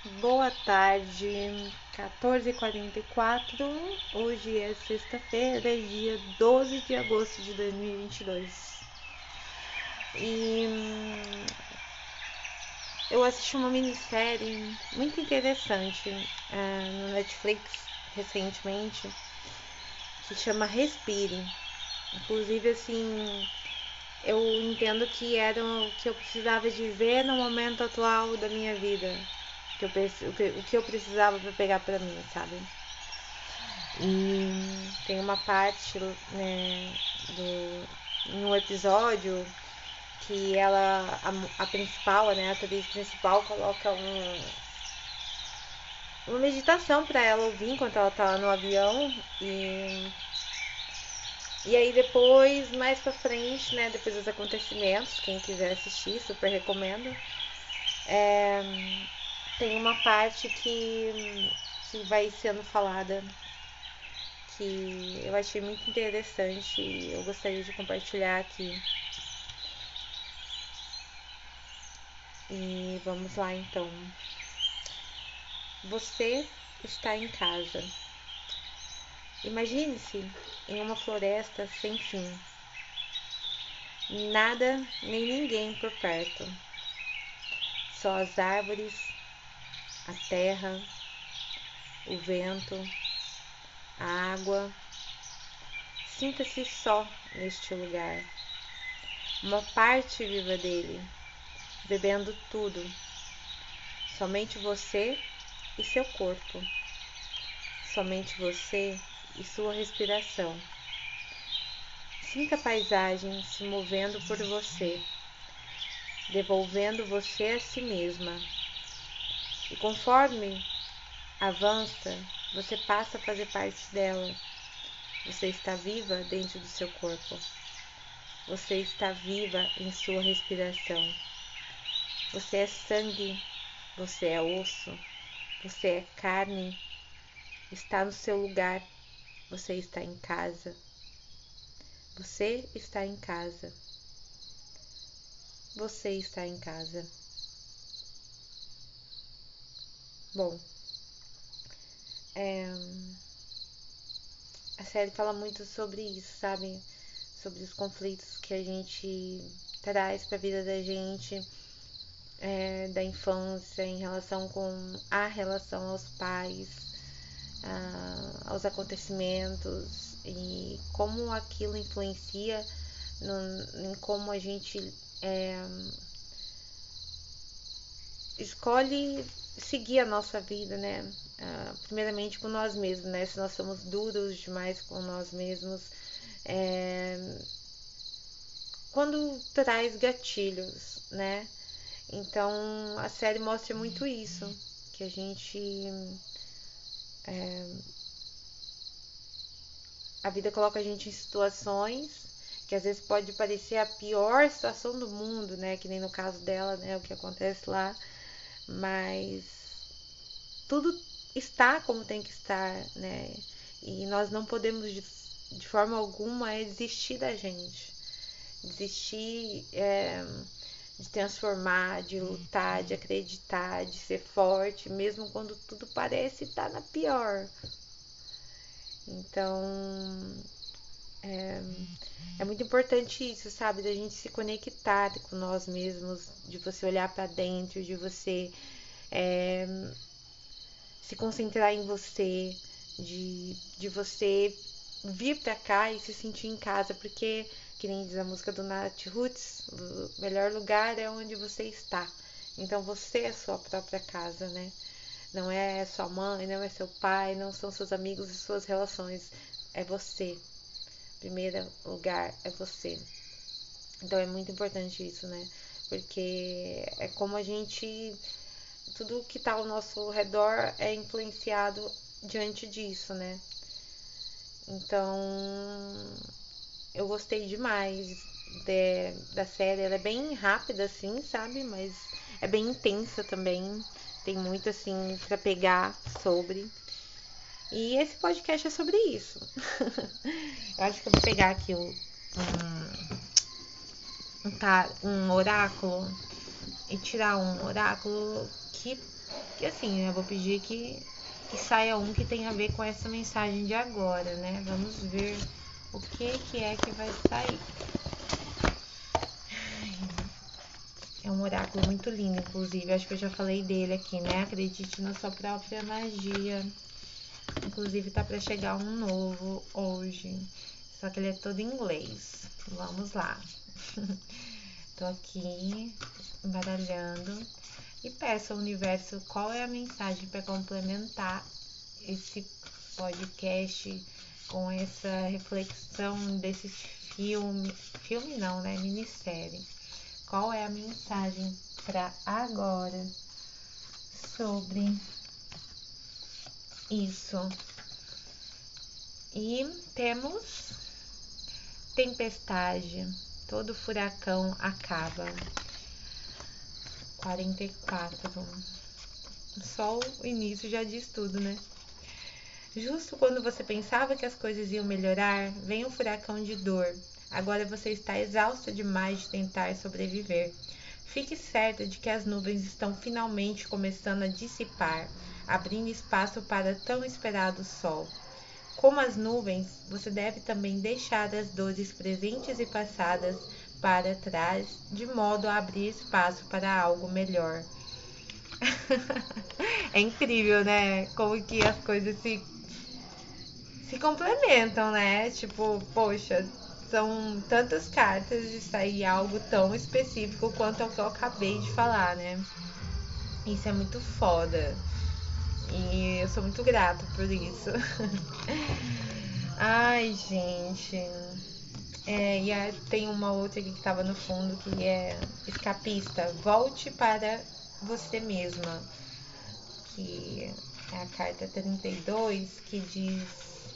Boa tarde, 14h44. Hoje é sexta-feira, dia 12 de agosto de 2022. Eu assisti uma minissérie muito interessante no Netflix recentemente, que chama Respire. Inclusive, assim, eu entendo que era o que eu precisava de ver no momento atual da minha vida. O que eu precisava para pegar para mim, sabe? E tem uma parte, né, em um episódio que a principal, né, a atriz principal coloca uma meditação para ela ouvir enquanto ela tá no avião e aí depois, mais pra frente, né, depois dos acontecimentos, quem quiser assistir, super recomendo, tem uma parte que vai sendo falada que eu achei muito interessante e eu gostaria de compartilhar aqui. E vamos lá então. Você está em casa. Imagine-se em uma floresta sem fim. Nada nem ninguém por perto. Só as árvores, a terra, o vento, a água. Sinta-se só neste lugar. Uma parte viva dele, bebendo tudo. Somente você e seu corpo. Somente você e sua respiração. Sinta a paisagem se movendo por você, devolvendo você a si mesma. E conforme avança, você passa a fazer parte dela. Você está viva dentro do seu corpo. Você está viva em sua respiração. Você é sangue, você é osso, você é carne. Está no seu lugar. Você está em casa. Você está em casa. Você está em casa. Bom, a série fala muito sobre isso, sabe? Sobre os conflitos que a gente traz para a vida da gente, da infância, em relação com a relação aos pais, aos acontecimentos e como aquilo influencia em como a gente escolhe seguir a nossa vida, né? Primeiramente com nós mesmos, né? Se nós somos duros demais com nós mesmos, quando traz gatilhos, né? Então a série mostra muito isso, que a gente a vida coloca a gente em situações que às vezes pode parecer a pior situação do mundo, né? Que nem no caso dela, né? O que acontece lá, mas tudo está como tem que estar, né? E nós não podemos de forma alguma desistir da gente, desistir de transformar, de lutar, de acreditar, de ser forte, mesmo quando tudo parece estar na pior. Então, é muito importante isso, sabe? Da gente se conectar com nós mesmos, de você olhar para dentro, de você se concentrar em você, de você vir pra cá e se sentir em casa, porque, que nem diz a música do Nath Roots, o melhor lugar é onde você está. Então você é sua própria casa, né? Não é sua mãe, não é seu pai, não são seus amigos e suas relações. É você. Primeiro lugar é você. Então é muito importante isso, né? Porque é como a gente. Tudo que tá ao nosso redor é influenciado diante disso, né? Então, eu gostei demais da série. Ela é bem rápida, assim, sabe? Mas é bem intensa também. Tem muito, assim, pra pegar sobre. E esse podcast é sobre isso. Eu acho que eu vou pegar aqui um oráculo e tirar um oráculo que assim, eu vou pedir que saia um que tenha a ver com essa mensagem de agora, né? Vamos ver o que é que vai sair. É um oráculo muito lindo, inclusive. Acho que eu já falei dele aqui, né? Acredite na sua própria magia. Inclusive, tá para chegar um novo hoje. Só que ele é todo em inglês. Vamos lá. Tô aqui embaralhando e peço ao universo qual é a mensagem para complementar esse podcast com essa reflexão desse filme não, né? Minissérie. Qual é a mensagem para agora sobre isso? E temos tempestade, todo furacão acaba. 44. Só o início já diz tudo, né? Justo quando você pensava que as coisas iam melhorar, vem um furacão de dor. Agora você está exausta demais de tentar sobreviver. Fique certa de que as nuvens estão finalmente começando a dissipar, abrindo espaço para tão esperado sol. Como as nuvens, você deve também deixar as dores presentes e passadas para trás, de modo a abrir espaço para algo melhor. É incrível, né? Como que as coisas se complementam, né? Tipo, poxa, são tantas cartas e sair algo tão específico quanto ao que eu acabei de falar, né? Isso é muito foda. E eu sou muito grata por isso. Ai, gente. E aí tem uma outra aqui que tava no fundo que é escapista. Volte para você mesma. Que é a carta 32 que diz: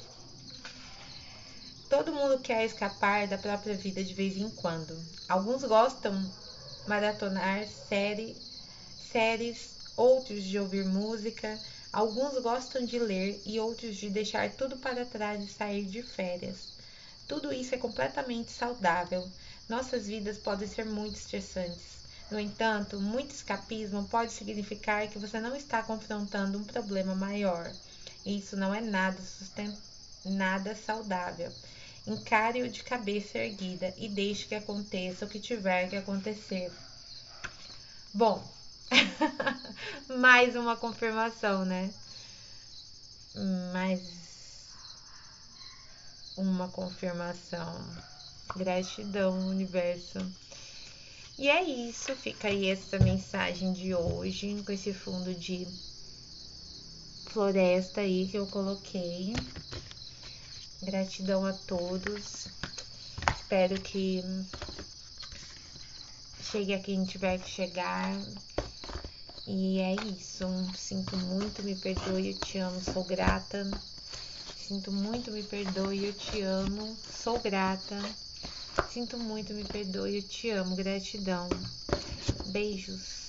todo mundo quer escapar da própria vida de vez em quando. Alguns gostam maratonar séries, outros de ouvir música, alguns gostam de ler e outros de deixar tudo para trás e sair de férias. Tudo isso é completamente saudável. Nossas vidas podem ser muito estressantes. No entanto, muito escapismo pode significar que você não está confrontando um problema maior. E isso não é nada saudável. Encare-o de cabeça erguida e deixe que aconteça o que tiver que acontecer. Bom, mais uma confirmação, né? Mais uma confirmação. Gratidão, universo. E é isso, fica aí essa mensagem de hoje, com esse fundo de floresta aí que eu coloquei. Gratidão a todos. Espero que chegue a quem tiver que chegar. E é isso. Sinto muito, me perdoe, eu te amo, sou grata. Sinto muito, me perdoe, eu te amo, sou grata. Sinto muito, me perdoe, eu te amo, gratidão. Beijos.